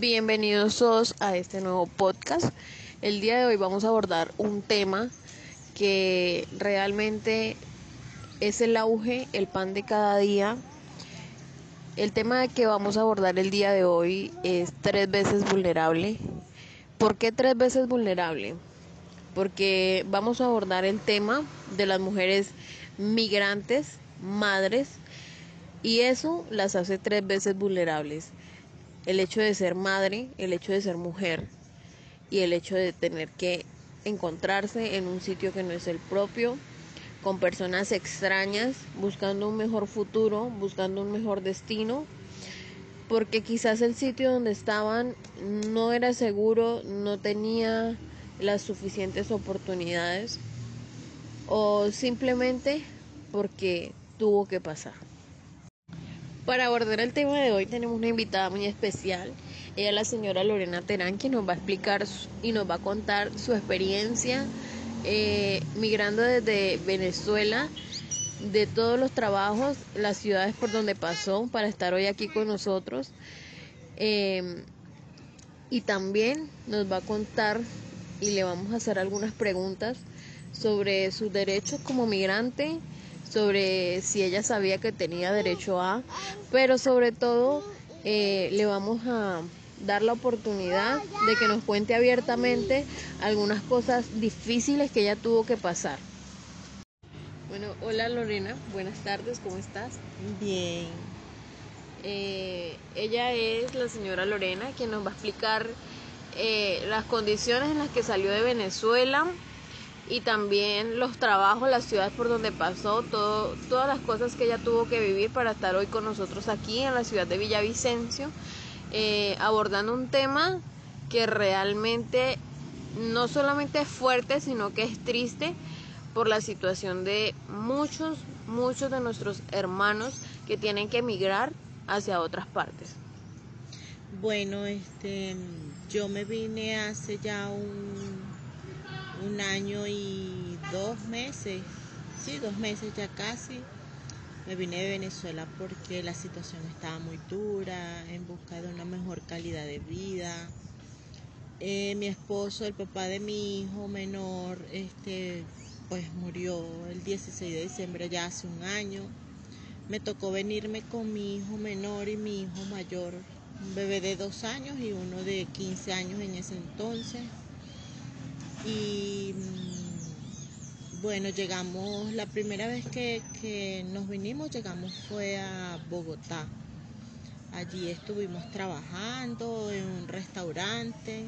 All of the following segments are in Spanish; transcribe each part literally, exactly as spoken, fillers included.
Bienvenidos todos a este nuevo podcast. El día de hoy vamos a abordar un tema que realmente es el auge, el pan de cada día. El tema que vamos a abordar el día de hoy es tres veces vulnerable. ¿Por qué tres veces vulnerable? Porque vamos a abordar el tema de las mujeres migrantes, madres, y eso las hace tres veces vulnerables. El hecho de ser madre, el hecho de ser mujer y el hecho de tener que encontrarse en un sitio que no es el propio, con personas extrañas, buscando un mejor futuro, buscando un mejor destino, porque quizás el sitio donde estaban no era seguro, no tenía las suficientes oportunidades o simplemente porque tuvo que pasar. Para abordar el tema de hoy tenemos una invitada muy especial. Ella es la señora Lorena Terán, que nos va a explicar y nos va a contar su experiencia eh, migrando desde Venezuela, de todos los trabajos, las ciudades por donde pasó para estar hoy aquí con nosotros. Eh, y también nos va a contar y le vamos a hacer algunas preguntas sobre sus derechos como migrante, sobre si ella sabía que tenía derecho a, pero sobre todo eh, le vamos a dar la oportunidad de que nos cuente abiertamente algunas cosas difíciles que ella tuvo que pasar. Bueno, hola Lorena, buenas tardes, ¿cómo estás? Bien. Eh, ella es la señora Lorena, quien nos va a explicar eh, las condiciones en las que salió de Venezuela y también los trabajos, las ciudades por donde pasó, todo, todas las cosas que ella tuvo que vivir para estar hoy con nosotros aquí en la ciudad de Villavicencio, eh, abordando un tema que realmente no solamente es fuerte, sino que es triste por la situación de muchos, muchos de nuestros hermanos que tienen que emigrar hacia otras partes. Bueno, este, yo me vine hace ya un, un año y dos meses, sí, dos meses ya casi. Me vine de Venezuela porque la situación estaba muy dura, en busca de una mejor calidad de vida. Eh, mi esposo, el papá de mi hijo menor, este, pues murió el dieciséis de diciembre, ya hace un año. Me tocó venirme con mi hijo menor y mi hijo mayor, un bebé de dos años y uno de quince años en ese entonces. Y bueno, llegamos, la primera vez que, que nos vinimos, llegamos fue a Bogotá. Allí estuvimos trabajando en un restaurante.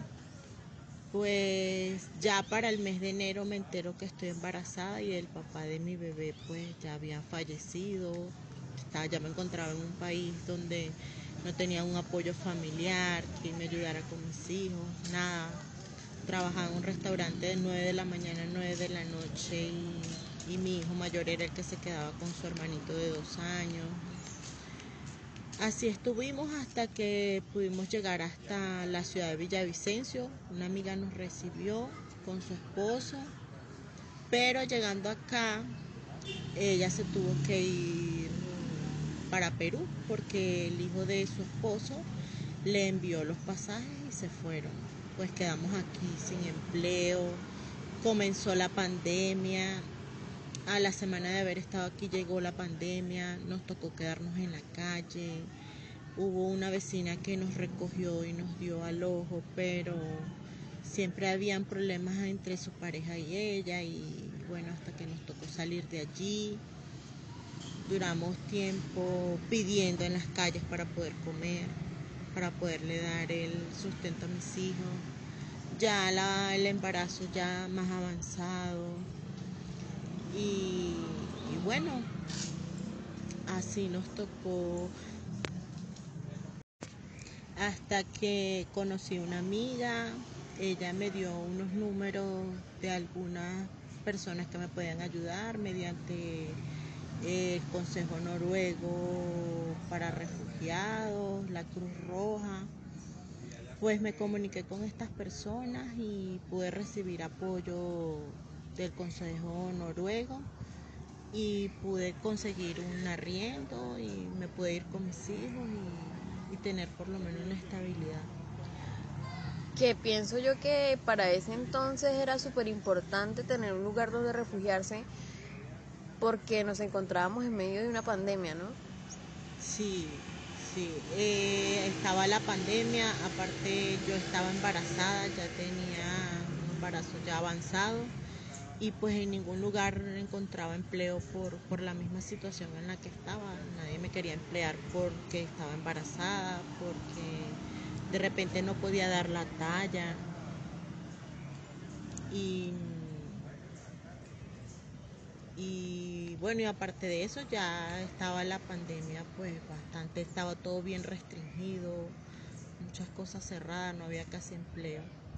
Pues ya para el mes de enero me entero que estoy embarazada y el papá de mi bebé pues ya había fallecido. Estaba, ya me encontraba en un país donde no tenía un apoyo familiar, que me ayudara con mis hijos, nada. Trabajaba en un restaurante de nueve de la mañana a nueve de la noche y, y mi hijo mayor era el que se quedaba con su hermanito de dos años. Así estuvimos hasta que pudimos llegar hasta la ciudad de Villavicencio. Una amiga nos recibió con su esposo, pero llegando acá, ella se tuvo que ir para Perú porque el hijo de su esposo le envió los pasajes y se fueron. Pues quedamos aquí sin empleo, comenzó la pandemia. A la semana de haber estado aquí llegó la pandemia, nos tocó quedarnos en la calle. Hubo una vecina que nos recogió y nos dio alojo, pero siempre habían problemas entre su pareja y ella y bueno, hasta que nos tocó salir de allí. Duramos tiempo pidiendo en las calles para poder comer, para poderle dar el sustento a mis hijos. Ya la, el embarazo ya más avanzado. Y, y bueno, así nos tocó hasta que conocí una amiga. Ella me dio unos números de algunas personas que me podían ayudar mediante el Consejo Noruego para Refugiados, la Cruz Roja. Pues me comuniqué con estas personas y pude recibir apoyo del Consejo Noruego y pude conseguir un arriendo y me pude ir con mis hijos y, y tener por lo menos una estabilidad. que pienso yo que para ese entonces era súper importante tener un lugar donde refugiarse porque nos encontrábamos en medio de una pandemia, ¿no? Sí, sí, eh, estaba la pandemia, aparte yo estaba embarazada, ya tenía un embarazo ya avanzado y pues en ningún lugar encontraba empleo por, por la misma situación en la que estaba. Nadie me quería emplear porque estaba embarazada, porque de repente no podía dar la talla y, y bueno, y aparte de eso ya estaba la pandemia pues bastante, estaba todo bien restringido, muchas cosas cerradas, no había casi empleo.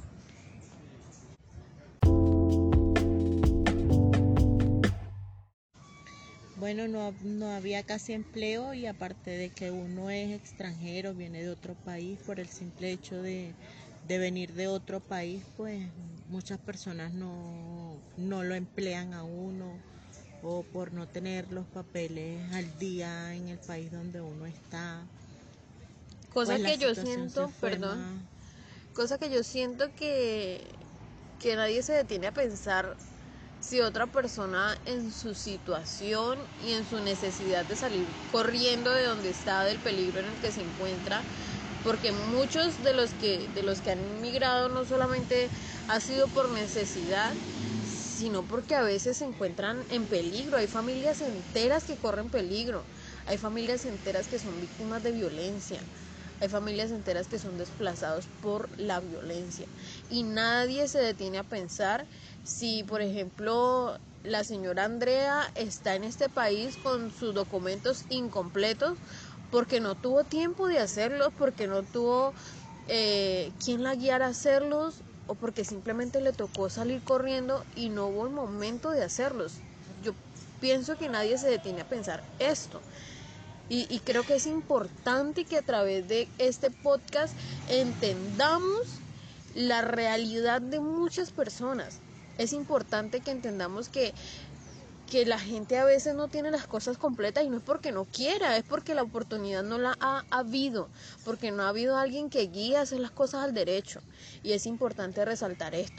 Bueno, no, no había casi empleo y aparte de que uno es extranjero, viene de otro país, por el simple hecho de, de venir de otro país, pues muchas personas no, no lo emplean a uno o por no tener los papeles al día en el país donde uno está. Cosa Pues la que yo situación se siento, fue perdón, más. cosa que yo siento que, que nadie se detiene a pensar si otra persona en su situación y en su necesidad de salir corriendo de donde está, del peligro en el que se encuentra, porque muchos de los que de los que han inmigrado no solamente ha sido por necesidad, sino porque a veces se encuentran en peligro. Hay familias enteras que corren peligro, hay familias enteras que son víctimas de violencia, hay familias enteras que son desplazados por la violencia y nadie se detiene a pensar si, por ejemplo, la señora Andrea está en este país con sus documentos incompletos porque no tuvo tiempo de hacerlos, porque no tuvo eh, quien la guiara a hacerlos o porque simplemente le tocó salir corriendo y no hubo el momento de hacerlos. Yo pienso que nadie se detiene a pensar esto. Y, y creo que es importante que a través de este podcast entendamos la realidad de muchas personas. Es importante que entendamos que, que la gente a veces no tiene las cosas completas y no es porque no quiera, es porque la oportunidad no la ha habido, porque no ha habido alguien que guíe a hacer las cosas al derecho. Y es importante resaltar esto.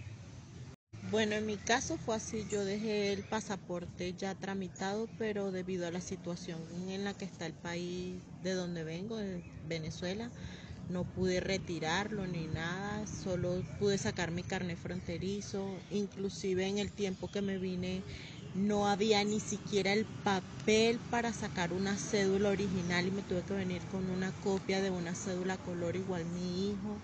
Bueno, en mi caso fue así, yo dejé el pasaporte ya tramitado, pero debido a la situación en la que está el país de donde vengo, de Venezuela, no pude retirarlo ni nada, solo pude sacar mi carnet fronterizo, inclusive en el tiempo que me vine no había ni siquiera el papel para sacar una cédula original y me tuve que venir con una copia de una cédula color igual mi hijo.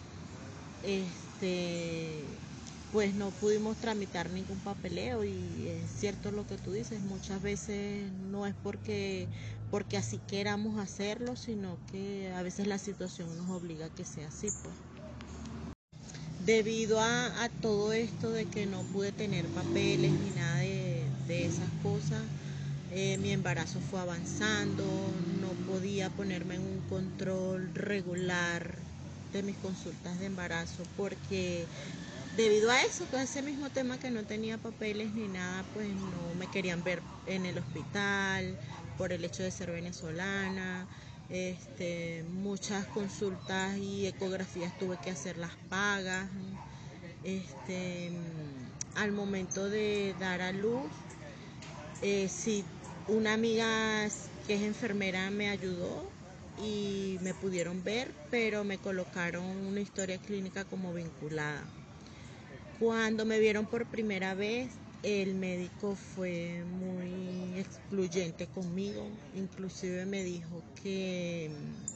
Este, pues no pudimos tramitar ningún papeleo y es cierto lo que tú dices, muchas veces no es porque porque así queramos hacerlo, sino que a veces la situación nos obliga a que sea así, pues. Debido a, a todo esto de que no pude tener papeles ni nada de, de esas cosas, eh, mi embarazo fue avanzando, no podía ponerme en un control regular de mis consultas de embarazo porque debido a eso, pues ese mismo tema que no tenía papeles ni nada, pues no me querían ver en el hospital por el hecho de ser venezolana. Este, muchas consultas y ecografías tuve que hacerlas pagas. Este, al momento de dar a luz, eh, sí, una amiga que es enfermera me ayudó y me pudieron ver, pero me colocaron una historia clínica como vinculada. Cuando me vieron por primera vez, el médico fue muy excluyente conmigo, inclusive me dijo que,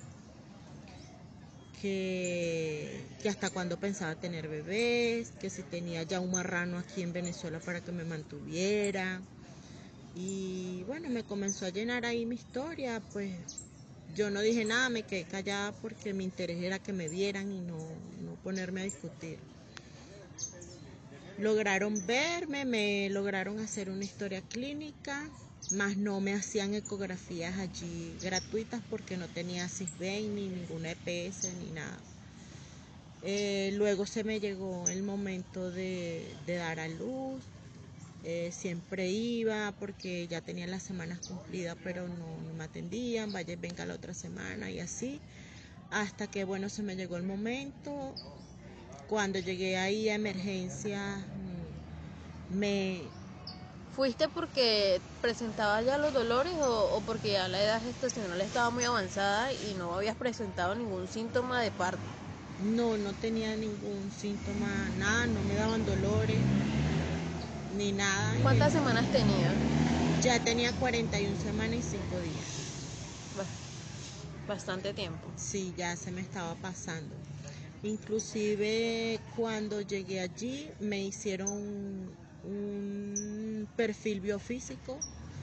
que, que hasta cuando pensaba tener bebés, que si tenía ya un marrano aquí en Venezuela para que me mantuviera. Y bueno, me comenzó a llenar ahí mi historia, pues yo no dije nada, me quedé callada porque mi interés era que me vieran y no, no ponerme a discutir. Lograron verme, me lograron hacer una historia clínica, más no me hacían ecografías allí gratuitas porque no tenía Cisben ni ninguna E P S ni nada. Eh, luego se me llegó el momento de, de dar a luz. Eh, siempre iba porque ya tenía las semanas cumplidas, pero no, no me atendían, vaya, venga la otra semana y así. hasta que, bueno, se me llegó el momento. Cuando llegué ahí a emergencia, me... ¿Fuiste porque presentaba ya los dolores o, o porque ya la edad gestacional estaba muy avanzada y no habías presentado ningún síntoma de parto? No, no tenía ningún síntoma, nada, no me daban dolores, ni nada. ¿Cuántas semanas tenía? Ya tenía cuarenta y una semanas y cinco días. Bastante tiempo. Sí, ya se me estaba pasando. Inclusive cuando llegué allí me hicieron un perfil biofísico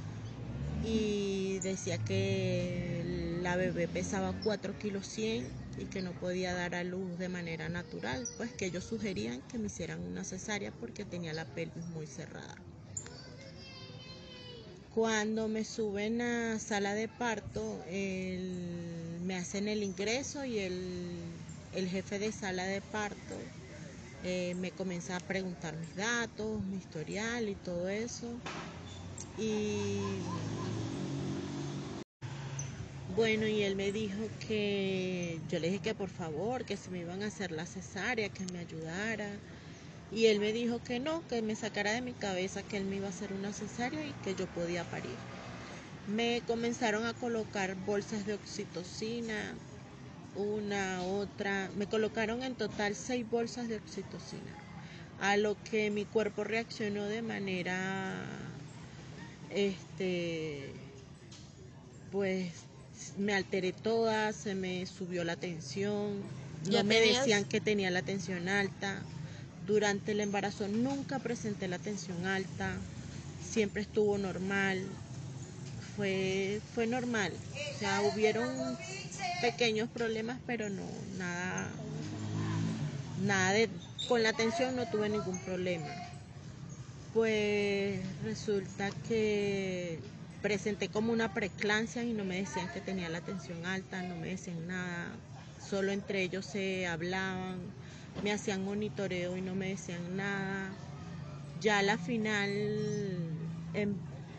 y decía que la bebé pesaba cuatro kilos cien y que no podía dar a luz de manera natural, pues que ellos sugerían que me hicieran una cesárea porque tenía la pelvis muy cerrada. Cuando me suben a sala de parto, el, me hacen el ingreso y el, el jefe de sala de parto eh, me comienza a preguntar mis datos, mi historial y todo eso. Y bueno, y él me dijo que yo le dije que por favor, que si me iban a hacer la cesárea, que me ayudara. Y él me dijo que no, que me sacara de mi cabeza que él me iba a hacer una cesárea y que yo podía parir. Me comenzaron a colocar bolsas de oxitocina, una, otra. Me colocaron en total seis bolsas de oxitocina, a lo que mi cuerpo reaccionó de manera, este, pues me alteré toda, se me subió la tensión, no me tenías... decían que tenía la tensión alta. Durante el embarazo nunca presenté la tensión alta, siempre estuvo normal, fue, fue normal. O sea, hubieron pequeños problemas, pero no, nada, nada de, con la tensión no tuve ningún problema. Pues resulta que presenté como una preeclampsia y no me decían que tenía la tensión alta, no me decían nada, solo entre ellos se hablaban, me hacían monitoreo y no me decían nada. Ya a la final... En...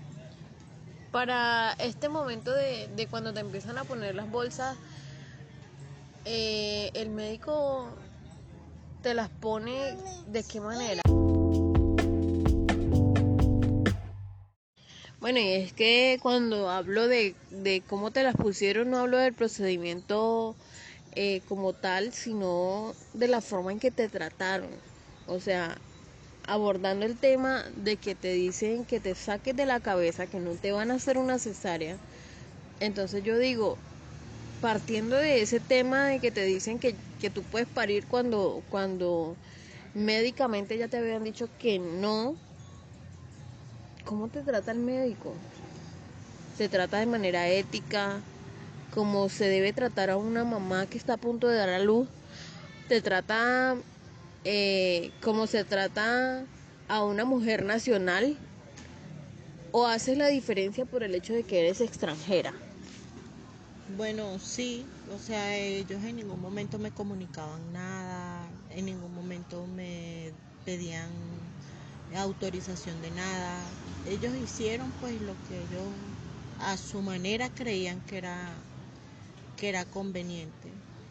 Para este momento de, de cuando te empiezan a poner las bolsas, eh, el médico te las pone ¿de qué manera? Bueno, y es que cuando hablo de, de cómo te las pusieron, no hablo del procedimiento eh, como tal, sino de la forma en que te trataron. O sea, abordando el tema de que te dicen que te saques de la cabeza, que no te van a hacer una cesárea. Entonces yo digo, partiendo de ese tema de que te dicen que, que tú puedes parir cuando, cuando médicamente ya te habían dicho que no, ¿cómo te trata el médico? ¿Te trata de manera ética, como se debe tratar a una mamá que está a punto de dar a luz? ¿Te trata eh, como se trata a una mujer nacional? ¿O haces la diferencia por el hecho de que eres extranjera? Bueno, sí, o sea, ellos en ningún momento me comunicaban nada, en ningún momento me pedían autorización de nada. Ellos hicieron pues lo que ellos a su manera creían que era, que era conveniente.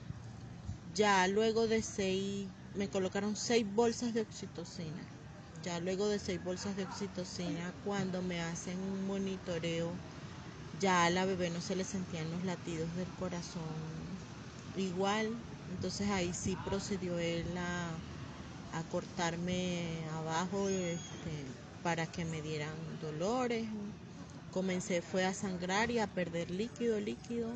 Ya luego de seis, me colocaron seis bolsas de oxitocina. Ya luego de seis bolsas de oxitocina, cuando me hacen un monitoreo, ya a la bebé no se le sentían los latidos del corazón igual. Entonces ahí sí procedió él a, a cortarme abajo este, para que me dieran dolores. Comencé fue a sangrar y a perder líquido, líquido.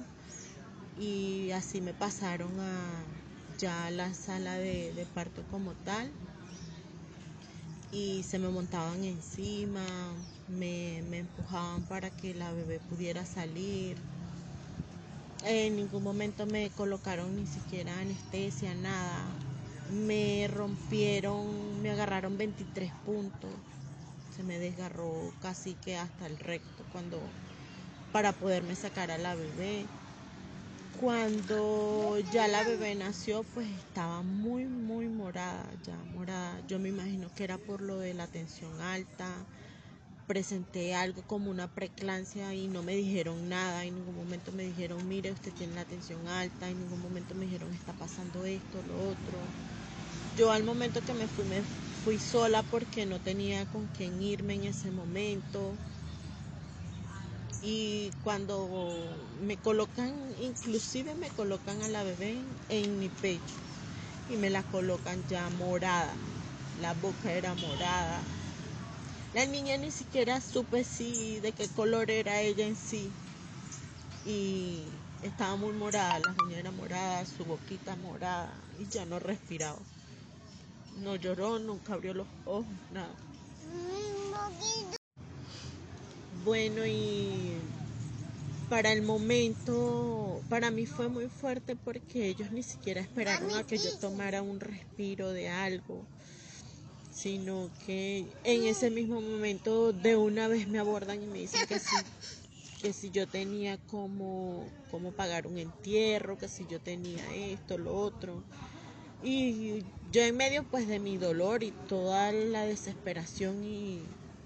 Y así me pasaron a ya a la sala de, de parto como tal. Y se me montaban encima, me, me empujaban para que la bebé pudiera salir. En ningún momento me colocaron ni siquiera anestesia, nada. Me rompieron, me agarraron veintitrés puntos. Se me desgarró casi que hasta el recto cuando para poderme sacar a la bebé. Cuando ya la bebé nació, pues estaba muy, muy morada, ya morada. Yo me imagino que era por lo de la tensión alta, presenté algo como una preeclampsia y no me dijeron nada, en ningún momento me dijeron, mire, usted tiene la tensión alta, en ningún momento me dijeron, está pasando esto, lo otro. Yo al momento que me fui, me fui sola porque no tenía con quién irme en ese momento. Y cuando me colocan, inclusive me colocan a la bebé en mi pecho y me la colocan ya morada, la boca era morada. La niña ni siquiera supe si de qué color era ella en sí y estaba muy morada, la uñas eran moradas, su boquita morada y ya no respiraba. No lloró, nunca abrió los ojos, nada. Bueno, y para el momento, para mí fue muy fuerte porque ellos ni siquiera esperaron a que yo tomara un respiro de algo, sino que en ese mismo momento de una vez me abordan y me dicen que sí, que si yo tenía como, como pagar un entierro, que si yo tenía esto, lo otro. Y yo en medio pues de mi dolor y toda la desesperación y,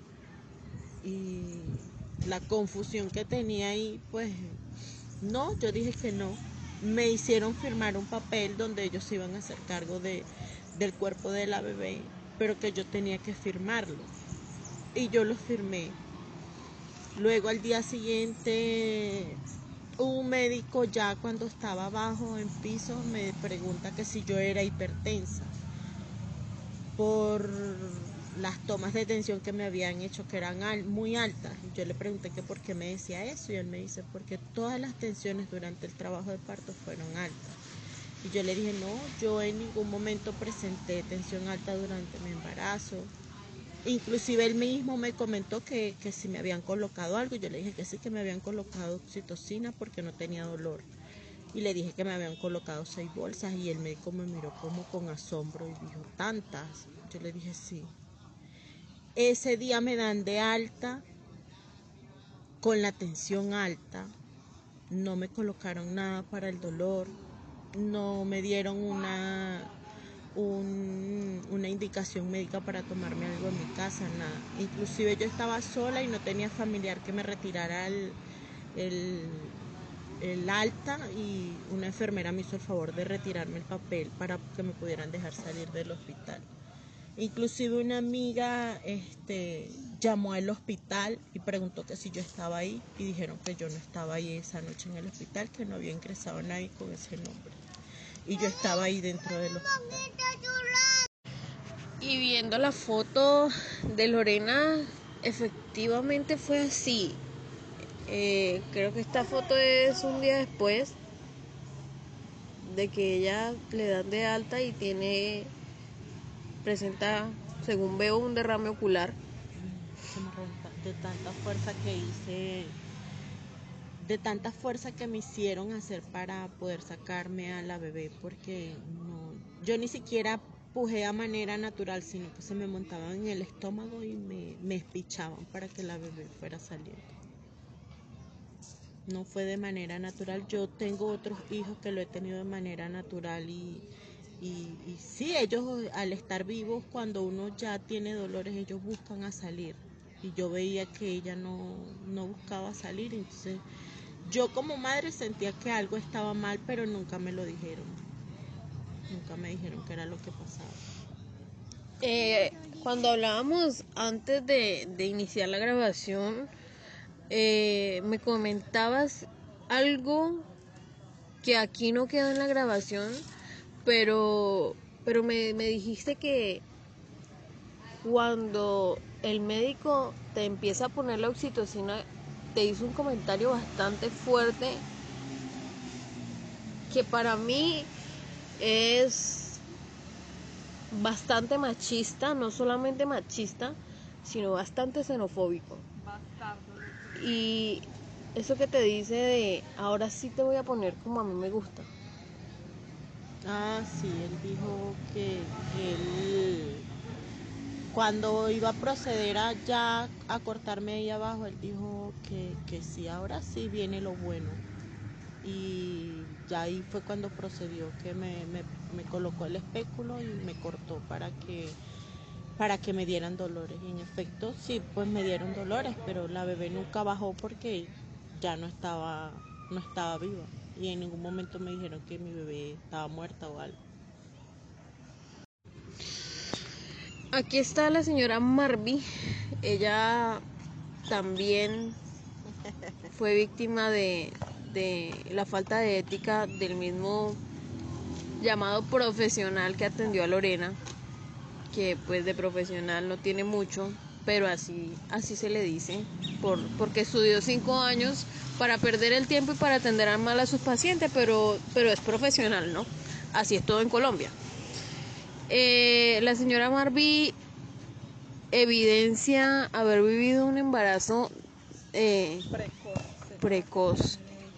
y la confusión que tenía ahí, pues no, yo dije que no. Me hicieron firmar un papel donde ellos se iban a hacer cargo de, del cuerpo de la bebé, pero que yo tenía que firmarlo. Y yo lo firmé. Luego al día siguiente, un médico ya cuando estaba abajo en piso me pregunta que si yo era hipertensa por las tomas de tensión que me habían hecho, que eran al, muy altas. Yo le pregunté que por qué me decía eso y él me dice porque todas las tensiones durante el trabajo de parto fueron altas. Y yo le dije no, yo en ningún momento presenté tensión alta durante mi embarazo. Inclusive él mismo me comentó que, que si me habían colocado algo. Yo le dije que sí, que me habían colocado oxitocina porque no tenía dolor. Y le dije que me habían colocado seis bolsas y el médico me miró como con asombro y dijo, ¿tantas? Yo le dije sí. Ese día me dan de alta con la tensión alta. No me colocaron nada para el dolor. No me dieron una... Un, una indicación médica para tomarme algo en mi casa, nada. Inclusive yo estaba sola y no tenía familiar que me retirara el, el, el alta y una enfermera me hizo el favor de retirarme el papel para que me pudieran dejar salir del hospital. Inclusive una amiga este, llamó al hospital y preguntó que si yo estaba ahí y dijeron que yo no estaba ahí esa noche en el hospital, que no había ingresado a nadie con ese nombre. Y yo estaba ahí dentro del hospital. Y viendo la foto de Lorena, efectivamente fue así. Eh, creo que esta foto es un día después de que ella le dan de alta y tiene, presenta, según veo, un derrame ocular. Se me reventa de tanta fuerza que hice, de tanta fuerza que me hicieron hacer para poder sacarme a la bebé, porque no, yo ni siquiera pujé a manera natural, sino que se me montaban en el estómago y me, me espichaban para que la bebé fuera saliendo. No fue de manera natural. Yo tengo otros hijos que lo he tenido de manera natural y, y, y sí, ellos al estar vivos, cuando uno ya tiene dolores, ellos buscan a salir. Y yo veía que ella no, no buscaba salir, entonces yo como madre sentía que algo estaba mal, pero nunca me lo dijeron. Nunca me dijeron qué era lo que pasaba. Eh, cuando hablábamos antes de, de iniciar la grabación, eh, me comentabas algo que aquí no quedó en la grabación, pero, pero me, me dijiste que cuando el médico te empieza a poner la oxitocina, te hizo un comentario bastante fuerte que para mí es bastante machista, no solamente machista, sino bastante xenofóbico. Y eso que te dice de ahora sí te voy a poner como a mí me gusta. Ah, sí, él dijo que él, cuando iba a proceder a ya a cortarme ahí abajo, él dijo que, que sí, ahora sí viene lo bueno. Y ya ahí fue cuando procedió, que me, me, me colocó el espéculo y me cortó para que para que me dieran dolores. Y en efecto, sí, pues me dieron dolores, pero la bebé nunca bajó porque ya no estaba, no estaba viva. Y en ningún momento me dijeron que mi bebé estaba muerta o algo. Aquí está la señora Marby. Ella también fue víctima de, de la falta de ética del mismo llamado profesional que atendió a Lorena, que pues de profesional no tiene mucho, pero así así se le dice, por, porque estudió cinco años para perder el tiempo y para atender mal a sus pacientes, pero, pero es profesional, ¿no? Así es todo en Colombia. Eh, la señora Marby evidencia haber vivido un embarazo eh, precoz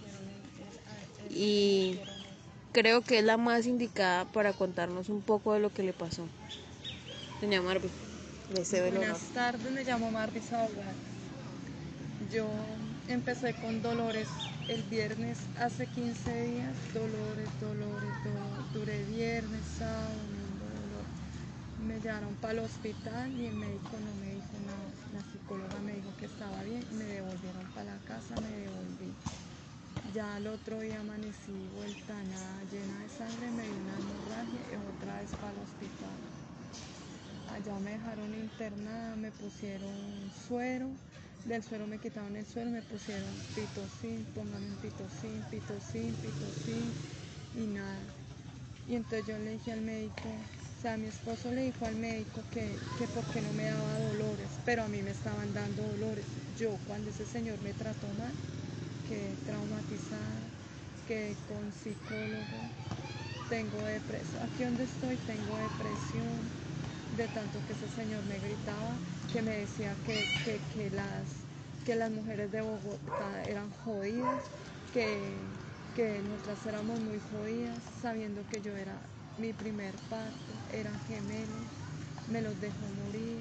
y creo que es la más indicada para contarnos un poco de lo que le pasó. Doña Marby, le cedo el honor. Buenas tardes, me llamo Marby Salgar. Yo empecé con dolores el viernes hace quince días, dolores, dolores, dolores. Duré viernes, sábado, domingo, dolor. Me llevaron para el hospital y el médico no me dijo nada. La psicóloga me dijo que estaba bien y me devolvieron para la casa, me devolví. Ya al otro día amanecí vuelta a nada, llena de sangre, me dio una hemorragia y otra vez para el hospital. Allá me dejaron internada, me pusieron suero, del suero me quitaron el suero, me pusieron pitocin, póngame un pitocin, pitocin, pitocin y nada. Y entonces yo le dije al médico, o sea, mi esposo le dijo al médico que, que por qué no me daba dolores, pero a mí me estaban dando dolores. Yo cuando ese señor me trató mal, quedé traumatizada, que con psicólogo, tengo depresión, aquí donde estoy tengo depresión, de tanto que ese señor me gritaba, que me decía que, que, que, las, que las mujeres de Bogotá eran jodidas, que, que nosotras éramos muy jodidas, sabiendo que yo era mi primer parto, eran gemelos, me los dejó morir,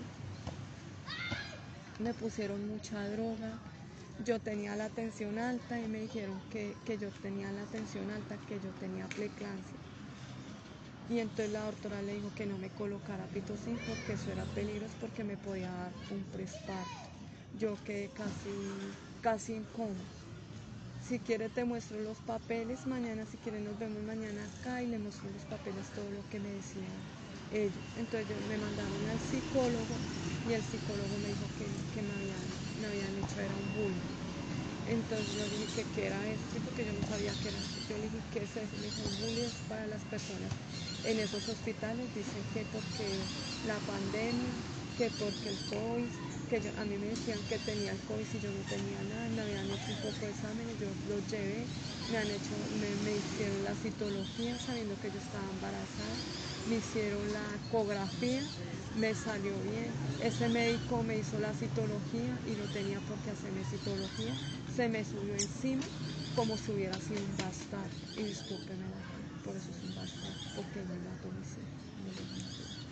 me pusieron mucha droga, yo tenía la tensión alta y me dijeron que, que yo tenía la tensión alta, que yo tenía preeclampsia. Y entonces la doctora le dijo que no me colocara pitocin porque eso era peligroso, porque me podía dar un presparto. Yo quedé casi, casi en coma. Si quiere te muestro los papeles, mañana si quiere nos vemos mañana acá y le muestro los papeles, todo lo que me decían ellos. Entonces yo, me mandaron al psicólogo y el psicólogo me dijo que, que me, habían, me habían hecho, era un bullying. Entonces yo le dije que qué era esto, porque yo no sabía qué era esto. Yo le dije, ¿qué es eso? Me dijo, un bullying es para las personas en esos hospitales. Dicen que porque la pandemia, que porque el COVID, que yo, a mí me decían que tenía el COVID si yo no tenía nada, me habían hecho un poco de exámenes, yo los llevé, me han hecho, me, me hicieron la citología sabiendo que yo estaba embarazada, me hicieron la ecografía, me salió bien, ese médico me hizo la citología y no tenía por qué hacerme citología, se me subió encima como si hubiera sido un bastardo, y discúlpeme la gente, por eso es un bastardo, porque me mató mis hijos.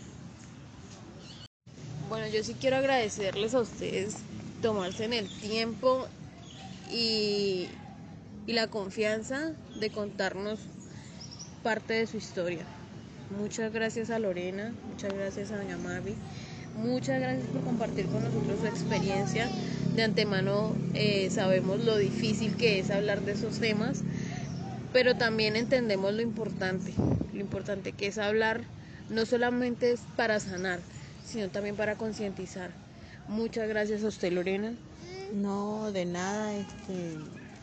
Bueno, yo sí quiero agradecerles a ustedes tomarse en el tiempo y, y la confianza de contarnos parte de su historia. Muchas gracias a Lorena, muchas gracias a doña Marby, muchas gracias por compartir con nosotros su experiencia. De antemano eh, sabemos lo difícil que es hablar de esos temas, pero también entendemos lo importante, lo importante que es hablar, no solamente es para sanar, sino también para concientizar. Muchas gracias a usted, Lorena. No, de nada, este,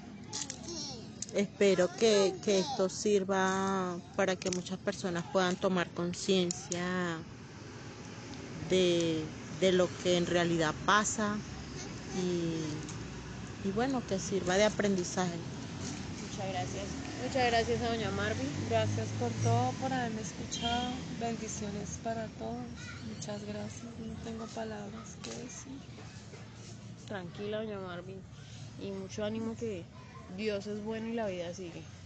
espero que, que esto sirva para que muchas personas puedan tomar conciencia de, de lo que en realidad pasa y, y bueno, que sirva de aprendizaje. Muchas gracias. Muchas gracias a doña Marby. Gracias por todo, por haberme escuchado. Bendiciones para todos. Muchas gracias. No tengo palabras que decir. Tranquila, doña Marby. Y mucho ánimo, que Dios es bueno y la vida sigue.